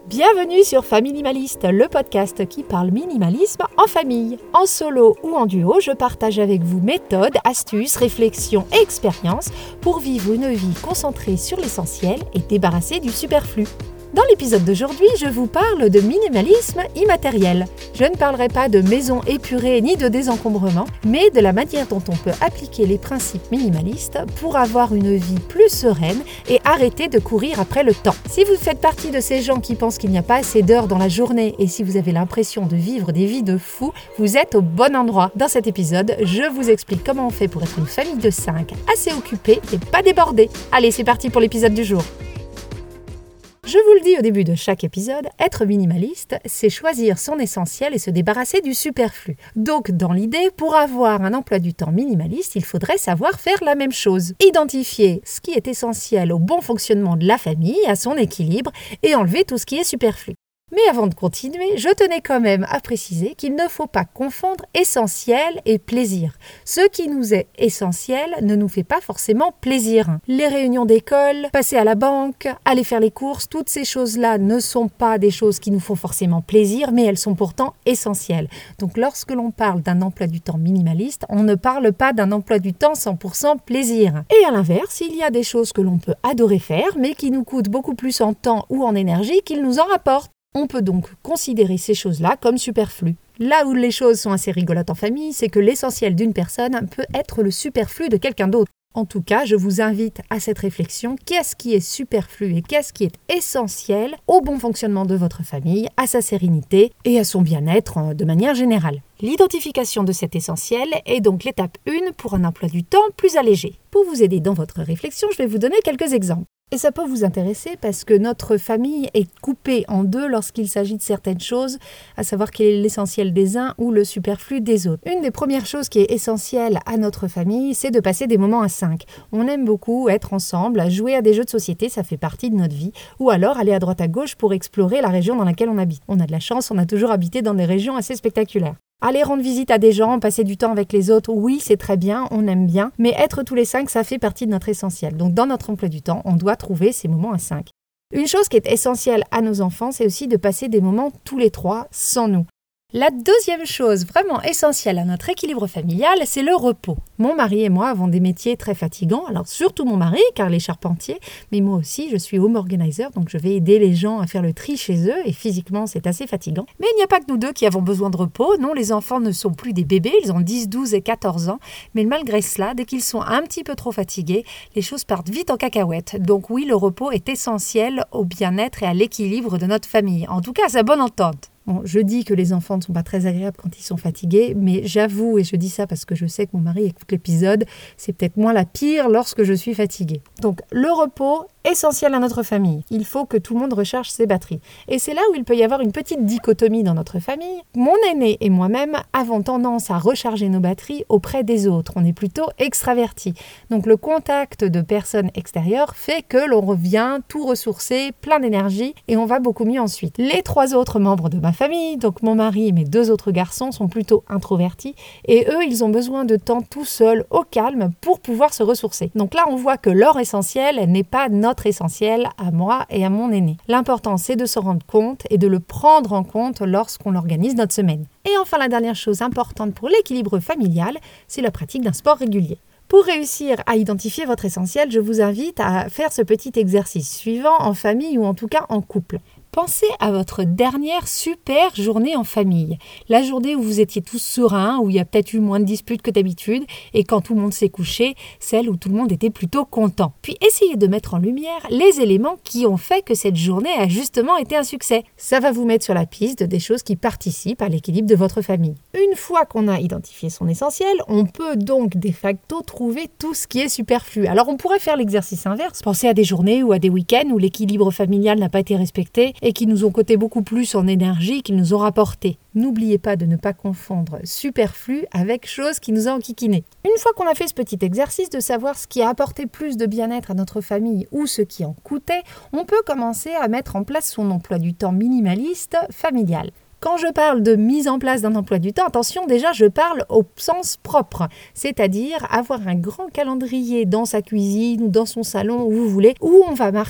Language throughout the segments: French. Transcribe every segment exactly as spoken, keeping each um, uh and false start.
Bienvenue sur Familimaliste, le podcast qui parle minimalisme en famille. En solo ou en duo, je partage avec vous méthodes, astuces, réflexions et expériences pour vivre une vie concentrée sur l'essentiel et débarrassée du superflu. Dans l'épisode d'aujourd'hui, je vous parle de minimalisme immatériel. Je ne parlerai pas de maison épurée ni de désencombrement, mais de la manière dont on peut appliquer les principes minimalistes pour avoir une vie plus sereine et arrêter de courir après le temps. Si vous faites partie de ces gens qui pensent qu'il n'y a pas assez d'heures dans la journée et si vous avez l'impression de vivre des vies de fous, vous êtes au bon endroit. Dans cet épisode, je vous explique comment on fait pour être une famille de cinq, assez occupée et pas débordée. Allez, c'est parti pour l'épisode du jour. Je vous le dis au début de chaque épisode, être minimaliste, c'est choisir son essentiel et se débarrasser du superflu. Donc, dans l'idée, pour avoir un emploi du temps minimaliste, il faudrait savoir faire la même chose. Identifier ce qui est essentiel au bon fonctionnement de la famille, à son équilibre, et enlever tout ce qui est superflu. Mais avant de continuer, je tenais quand même à préciser qu'il ne faut pas confondre essentiel et plaisir. Ce qui nous est essentiel ne nous fait pas forcément plaisir. Les réunions d'école, passer à la banque, aller faire les courses, toutes ces choses-là ne sont pas des choses qui nous font forcément plaisir, mais elles sont pourtant essentielles. Donc lorsque l'on parle d'un emploi du temps minimaliste, on ne parle pas d'un emploi du temps cent pour cent plaisir. Et à l'inverse, il y a des choses que l'on peut adorer faire, mais qui nous coûtent beaucoup plus en temps ou en énergie qu'ils nous en rapportent. On peut donc considérer ces choses-là comme superflues. Là où les choses sont assez rigolotes en famille, c'est que l'essentiel d'une personne peut être le superflu de quelqu'un d'autre. En tout cas, je vous invite à cette réflexion. Qu'est-ce qui est superflu et qu'est-ce qui est essentiel au bon fonctionnement de votre famille, à sa sérénité et à son bien-être de manière générale? L'identification de cet essentiel est donc l'étape un pour un emploi du temps plus allégé. Pour vous aider dans votre réflexion, je vais vous donner quelques exemples. Et ça peut vous intéresser parce que notre famille est coupée en deux lorsqu'il s'agit de certaines choses, à savoir quel est l'essentiel des uns ou le superflu des autres. Une des premières choses qui est essentielle à notre famille, c'est de passer des moments à cinq. On aime beaucoup être ensemble, jouer à des jeux de société, ça fait partie de notre vie, ou alors aller à droite à gauche pour explorer la région dans laquelle on habite. On a de la chance, on a toujours habité dans des régions assez spectaculaires. Aller rendre visite à des gens, passer du temps avec les autres, oui, c'est très bien, on aime bien, mais être tous les cinq, ça fait partie de notre essentiel. Donc dans notre emploi du temps, on doit trouver ces moments à cinq. Une chose qui est essentielle à nos enfants, c'est aussi de passer des moments tous les trois sans nous. La deuxième chose vraiment essentielle à notre équilibre familial, c'est le repos. Mon mari et moi avons des métiers très fatigants, alors surtout mon mari, car il est charpentier, mais moi aussi, je suis home organizer, donc je vais aider les gens à faire le tri chez eux, et physiquement, c'est assez fatigant. Mais il n'y a pas que nous deux qui avons besoin de repos, non, les enfants ne sont plus des bébés, ils ont dix, douze et quatorze ans, mais malgré cela, dès qu'ils sont un petit peu trop fatigués, les choses partent vite en cacahuète. Donc oui, le repos est essentiel au bien-être et à l'équilibre de notre famille, en tout cas à sa bonne entente. Bon, je dis que les enfants ne sont pas très agréables quand ils sont fatigués, mais j'avoue, et je dis ça parce que je sais que mon mari écoute l'épisode, c'est peut-être moi la pire lorsque je suis fatiguée. Donc le repos, essentiel à notre famille. Il faut que tout le monde recharge ses batteries. Et c'est là où il peut y avoir une petite dichotomie dans notre famille. Mon aîné et moi-même avons tendance à recharger nos batteries auprès des autres. On est plutôt extravertis. Donc le contact de personnes extérieures fait que l'on revient tout ressourcé, plein d'énergie, et on va beaucoup mieux ensuite. Les trois autres membres de ma famille, donc mon mari et mes deux autres garçons, sont plutôt introvertis, et eux, ils ont besoin de temps tout seuls, au calme, pour pouvoir se ressourcer. Donc là, on voit que leur essentiel n'est pas notre essentiel à moi et à mon aîné. L'important, c'est de s'en rendre compte et de le prendre en compte lorsqu'on organise notre semaine. Et enfin, la dernière chose importante pour l'équilibre familial, c'est la pratique d'un sport régulier. Pour réussir à identifier votre essentiel, je vous invite à faire ce petit exercice suivant en famille ou en tout cas en couple. Pensez à votre dernière super journée en famille. La journée où vous étiez tous sereins, où il y a peut-être eu moins de disputes que d'habitude, et quand tout le monde s'est couché, celle où tout le monde était plutôt content. Puis essayez de mettre en lumière les éléments qui ont fait que cette journée a justement été un succès. Ça va vous mettre sur la piste des choses qui participent à l'équilibre de votre famille. Une fois qu'on a identifié son essentiel, on peut donc de facto trouver tout ce qui est superflu. Alors on pourrait faire l'exercice inverse, penser à des journées ou à des week-ends où l'équilibre familial n'a pas été respecté, et qui nous ont coûté beaucoup plus en énergie qu'ils nous ont rapporté. N'oubliez pas de ne pas confondre superflu avec chose qui nous a enquiquiné. Une fois qu'on a fait ce petit exercice de savoir ce qui a apporté plus de bien-être à notre famille ou ce qui en coûtait, on peut commencer à mettre en place son emploi du temps minimaliste familial. Quand je parle de mise en place d'un emploi du temps, attention, déjà je parle au sens propre, c'est-à-dire avoir un grand calendrier dans sa cuisine ou dans son salon, où vous voulez, où on va marquer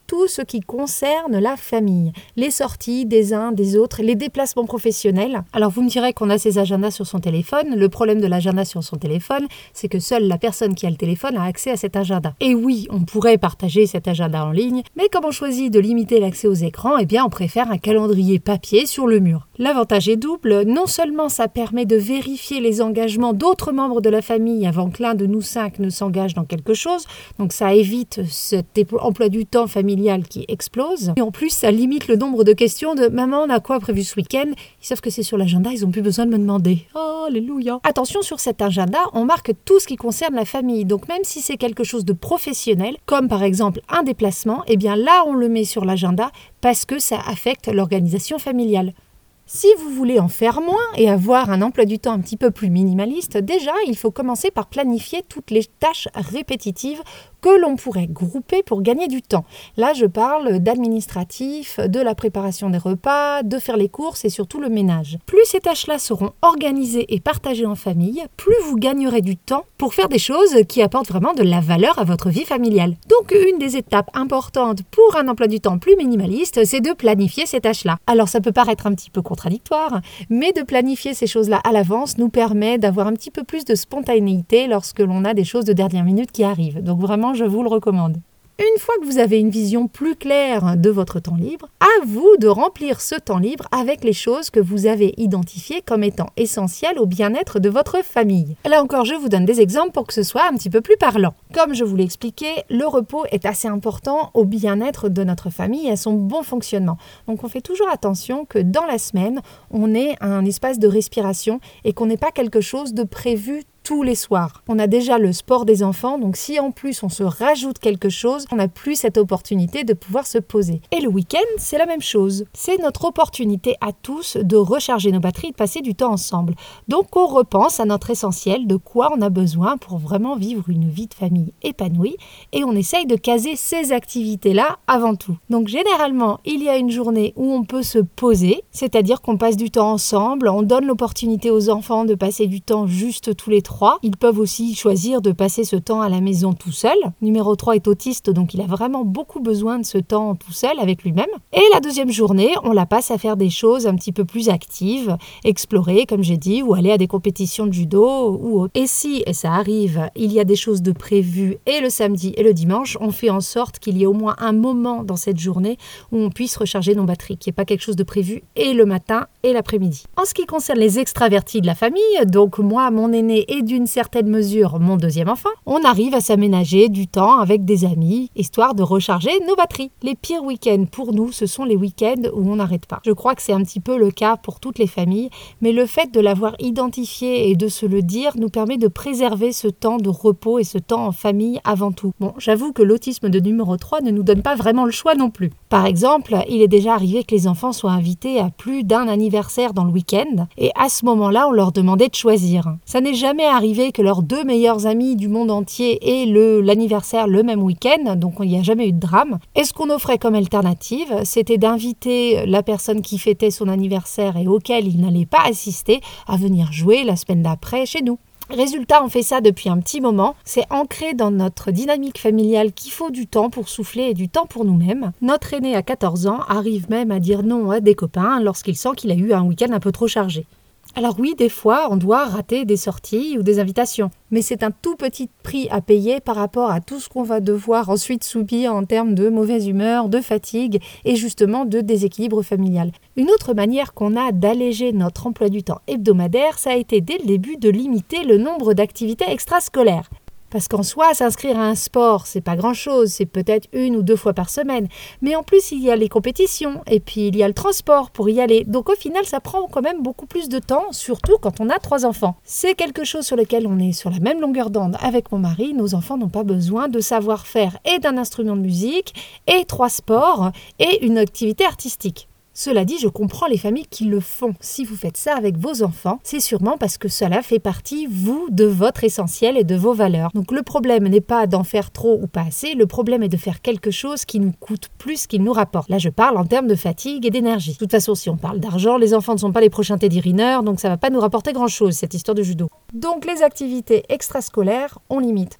tout ce qui concerne la famille, les sorties des uns, des autres, les déplacements professionnels. Alors vous me direz qu'on a ses agendas sur son téléphone. Le problème de l'agenda sur son téléphone, c'est que seule la personne qui a le téléphone a accès à cet agenda. Et oui, on pourrait partager cet agenda en ligne, mais comme on choisit de limiter l'accès aux écrans, eh bien on préfère un calendrier papier sur le mur. L'avantage est double, non seulement ça permet de vérifier les engagements d'autres membres de la famille avant que l'un de nous cinq ne s'engage dans quelque chose, donc ça évite cet emploi du temps familial qui explose. Et en plus, ça limite le nombre de questions de « Maman, on a quoi prévu ce week-end ?» Ils savent que c'est sur l'agenda, ils n'ont plus besoin de me demander. Oh, alléluia. Attention, sur cet agenda, on marque tout ce qui concerne la famille. Donc même si c'est quelque chose de professionnel, comme par exemple un déplacement, eh bien là, on le met sur l'agenda parce que ça affecte l'organisation familiale. Si vous voulez en faire moins et avoir un emploi du temps un petit peu plus minimaliste, déjà, il faut commencer par planifier toutes les tâches répétitives que l'on pourrait grouper pour gagner du temps. Là, je parle d'administratif, de la préparation des repas, de faire les courses et surtout le ménage. Plus ces tâches-là seront organisées et partagées en famille, plus vous gagnerez du temps pour faire des choses qui apportent vraiment de la valeur à votre vie familiale. Donc, une des étapes importantes pour un emploi du temps plus minimaliste, c'est de planifier ces tâches-là. Alors, ça peut paraître un petit peu contradictoire, mais de planifier ces choses-là à l'avance nous permet d'avoir un petit peu plus de spontanéité lorsque l'on a des choses de dernière minute qui arrivent. Donc vraiment, je vous le recommande. Une fois que vous avez une vision plus claire de votre temps libre, à vous de remplir ce temps libre avec les choses que vous avez identifiées comme étant essentielles au bien-être de votre famille. Là encore, je vous donne des exemples pour que ce soit un petit peu plus parlant. Comme je vous l'ai expliqué, le repos est assez important au bien-être de notre famille et à son bon fonctionnement. Donc on fait toujours attention que dans la semaine, on ait un espace de respiration et qu'on n'ait pas quelque chose de prévu tous les soirs. On a déjà le sport des enfants, donc si en plus on se rajoute quelque chose, on n'a plus cette opportunité de pouvoir se poser. Et le week-end, c'est la même chose. C'est notre opportunité à tous de recharger nos batteries et de passer du temps ensemble. Donc on repense à notre essentiel, de quoi on a besoin pour vraiment vivre une vie de famille épanouie et on essaye de caser ces activités-là avant tout. Donc généralement, il y a une journée où on peut se poser, c'est-à-dire qu'on passe du temps ensemble, on donne l'opportunité aux enfants de passer du temps juste tous les trois. Ils peuvent aussi choisir de passer ce temps à la maison tout seul. Numéro trois est autiste, donc il a vraiment beaucoup besoin de ce temps tout seul avec lui-même. Et la deuxième journée, on la passe à faire des choses un petit peu plus actives, explorer, comme j'ai dit, ou aller à des compétitions de judo ou autre. Et si, et ça arrive, il y a des choses de prévues et le samedi et le dimanche, on fait en sorte qu'il y ait au moins un moment dans cette journée où on puisse recharger nos batteries, qu'il n'y ait pas quelque chose de prévu et le matin et l'après-midi. En ce qui concerne les extravertis de la famille, donc moi, mon aîné et d'une certaine mesure mon deuxième enfant, on arrive à s'aménager du temps avec des amis, histoire de recharger nos batteries. Les pires week-ends pour nous, ce sont les week-ends où on n'arrête pas. Je crois que c'est un petit peu le cas pour toutes les familles, mais le fait de l'avoir identifié et de se le dire nous permet de préserver ce temps de repos et ce temps en famille avant tout. Bon, j'avoue que l'autisme de numéro trois ne nous donne pas vraiment le choix non plus. Par exemple, il est déjà arrivé que les enfants soient invités à plus d'un anniversaire dans le week-end, et à ce moment-là, on leur demandait de choisir. Ça n'est jamais arrivé que leurs deux meilleurs amis du monde entier aient le, l'anniversaire le même week-end, donc il n'y a jamais eu de drame. Et ce qu'on offrait comme alternative, c'était d'inviter la personne qui fêtait son anniversaire et auquel il n'allait pas assister à venir jouer la semaine d'après chez nous. Résultat, on fait ça depuis un petit moment. C'est ancré dans notre dynamique familiale qu'il faut du temps pour souffler et du temps pour nous-mêmes. Notre aîné à quatorze ans arrive même à dire non à des copains lorsqu'il sent qu'il a eu un week-end un peu trop chargé. Alors oui, des fois, on doit rater des sorties ou des invitations, mais c'est un tout petit prix à payer par rapport à tout ce qu'on va devoir ensuite subir en termes de mauvaise humeur, de fatigue et justement de déséquilibre familial. Une autre manière qu'on a d'alléger notre emploi du temps hebdomadaire, ça a été dès le début de limiter le nombre d'activités extrascolaires. Parce qu'en soi, s'inscrire à un sport, c'est pas grand-chose, c'est peut-être une ou deux fois par semaine. Mais en plus, il y a les compétitions et puis il y a le transport pour y aller. Donc au final, ça prend quand même beaucoup plus de temps, surtout quand on a trois enfants. C'est quelque chose sur lequel on est sur la même longueur d'onde avec mon mari. Nos enfants n'ont pas besoin de savoir faire et d'un instrument de musique, et trois sports, et une activité artistique. Cela dit, je comprends les familles qui le font. Si vous faites ça avec vos enfants, c'est sûrement parce que cela fait partie, vous, de votre essentiel et de vos valeurs. Donc le problème n'est pas d'en faire trop ou pas assez, le problème est de faire quelque chose qui nous coûte plus qu'il nous rapporte. Là, je parle en termes de fatigue et d'énergie. De toute façon, si on parle d'argent, les enfants ne sont pas les prochains Teddy Riner, donc ça ne va pas nous rapporter grand-chose, cette histoire de judo. Donc les activités extrascolaires, on limite.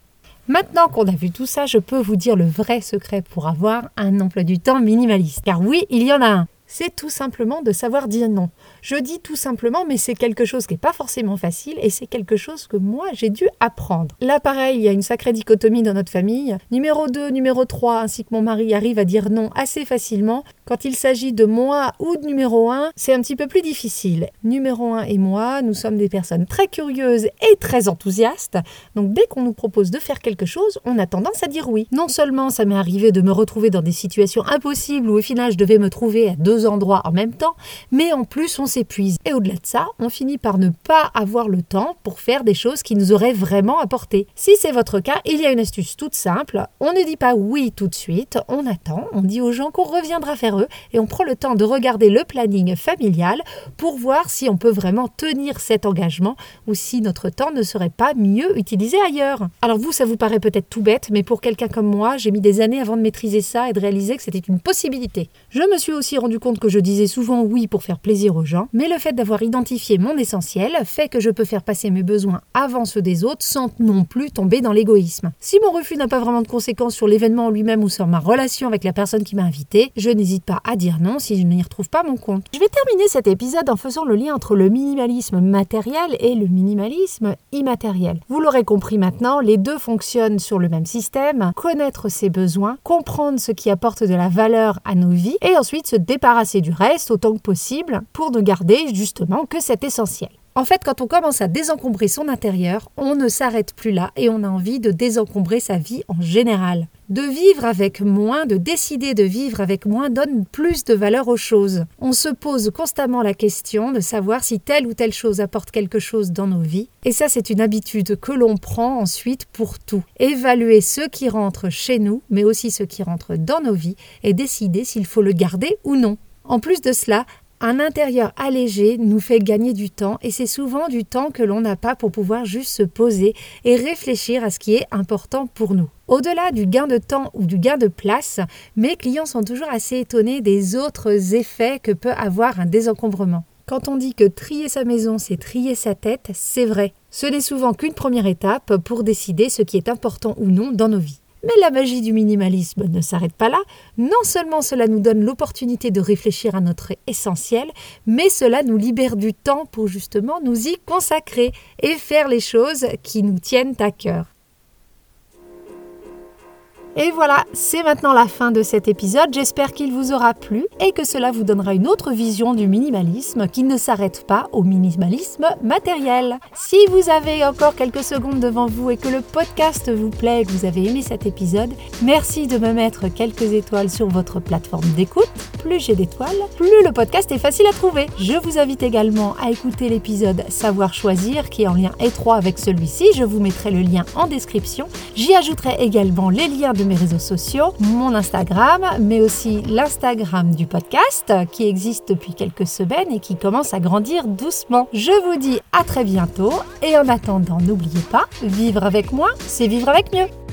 Maintenant qu'on a vu tout ça, je peux vous dire le vrai secret pour avoir un emploi du temps minimaliste. Car oui, il y en a un. C'est tout simplement de savoir dire non. Je dis tout simplement, mais c'est quelque chose qui n'est pas forcément facile et c'est quelque chose que moi, j'ai dû apprendre. Là, pareil, il y a une sacrée dichotomie dans notre famille. Numéro deux, numéro trois, ainsi que mon mari arrive à dire non assez facilement. Quand il s'agit de moi ou de numéro un, c'est un petit peu plus difficile. Numéro un et moi, nous sommes des personnes très curieuses et très enthousiastes. Donc, dès qu'on nous propose de faire quelque chose, on a tendance à dire oui. Non seulement ça m'est arrivé de me retrouver dans des situations impossibles où au final, je devais me trouver à deux endroits en même temps, mais en plus on s'épuise. Et au-delà de ça, on finit par ne pas avoir le temps pour faire des choses qui nous auraient vraiment apporté. Si c'est votre cas, il y a une astuce toute simple. On ne dit pas oui tout de suite, on attend, on dit aux gens qu'on reviendra faire eux et on prend le temps de regarder le planning familial pour voir si on peut vraiment tenir cet engagement ou si notre temps ne serait pas mieux utilisé ailleurs. Alors vous, ça vous paraît peut-être tout bête, mais pour quelqu'un comme moi, j'ai mis des années avant de maîtriser ça et de réaliser que c'était une possibilité. Je me suis aussi rendu compte que je disais souvent oui pour faire plaisir aux gens, mais le fait d'avoir identifié mon essentiel fait que je peux faire passer mes besoins avant ceux des autres sans non plus tomber dans l'égoïsme. Si mon refus n'a pas vraiment de conséquences sur l'événement en lui-même ou sur ma relation avec la personne qui m'a invité, je n'hésite pas à dire non si je n'y retrouve pas mon compte. Je vais terminer cet épisode en faisant le lien entre le minimalisme matériel et le minimalisme immatériel. Vous l'aurez compris maintenant, les deux fonctionnent sur le même système, connaître ses besoins, comprendre ce qui apporte de la valeur à nos vies et ensuite se débarrasser du reste autant que possible pour ne garder justement que cet essentiel. En fait, quand on commence à désencombrer son intérieur, on ne s'arrête plus là et on a envie de désencombrer sa vie en général. De vivre avec moins, de décider de vivre avec moins donne plus de valeur aux choses. On se pose constamment la question de savoir si telle ou telle chose apporte quelque chose dans nos vies. Et ça, c'est une habitude que l'on prend ensuite pour tout. Évaluer ce qui rentre chez nous, mais aussi ce qui rentre dans nos vies et décider s'il faut le garder ou non. En plus de cela, un intérieur allégé nous fait gagner du temps et c'est souvent du temps que l'on n'a pas pour pouvoir juste se poser et réfléchir à ce qui est important pour nous. Au-delà du gain de temps ou du gain de place, mes clients sont toujours assez étonnés des autres effets que peut avoir un désencombrement. Quand on dit que trier sa maison, c'est trier sa tête, c'est vrai. Ce n'est souvent qu'une première étape pour décider ce qui est important ou non dans nos vies. Mais la magie du minimalisme ne s'arrête pas là. Non seulement cela nous donne l'opportunité de réfléchir à notre essentiel, mais cela nous libère du temps pour justement nous y consacrer et faire les choses qui nous tiennent à cœur. Et voilà, c'est maintenant la fin de cet épisode. J'espère qu'il vous aura plu et que cela vous donnera une autre vision du minimalisme qui ne s'arrête pas au minimalisme matériel. Si vous avez encore quelques secondes devant vous et que le podcast vous plaît et que vous avez aimé cet épisode, merci de me mettre quelques étoiles sur votre plateforme d'écoute. Plus j'ai d'étoiles, plus le podcast est facile à trouver. Je vous invite également à écouter l'épisode Savoir choisir qui est en lien étroit avec celui-ci. Je vous mettrai le lien en description. J'y ajouterai également les liens de mes réseaux sociaux, mon Instagram, mais aussi l'Instagram du podcast qui existe depuis quelques semaines et qui commence à grandir doucement. Je vous dis à très bientôt et en attendant, n'oubliez pas, vivre avec moins, c'est vivre avec mieux.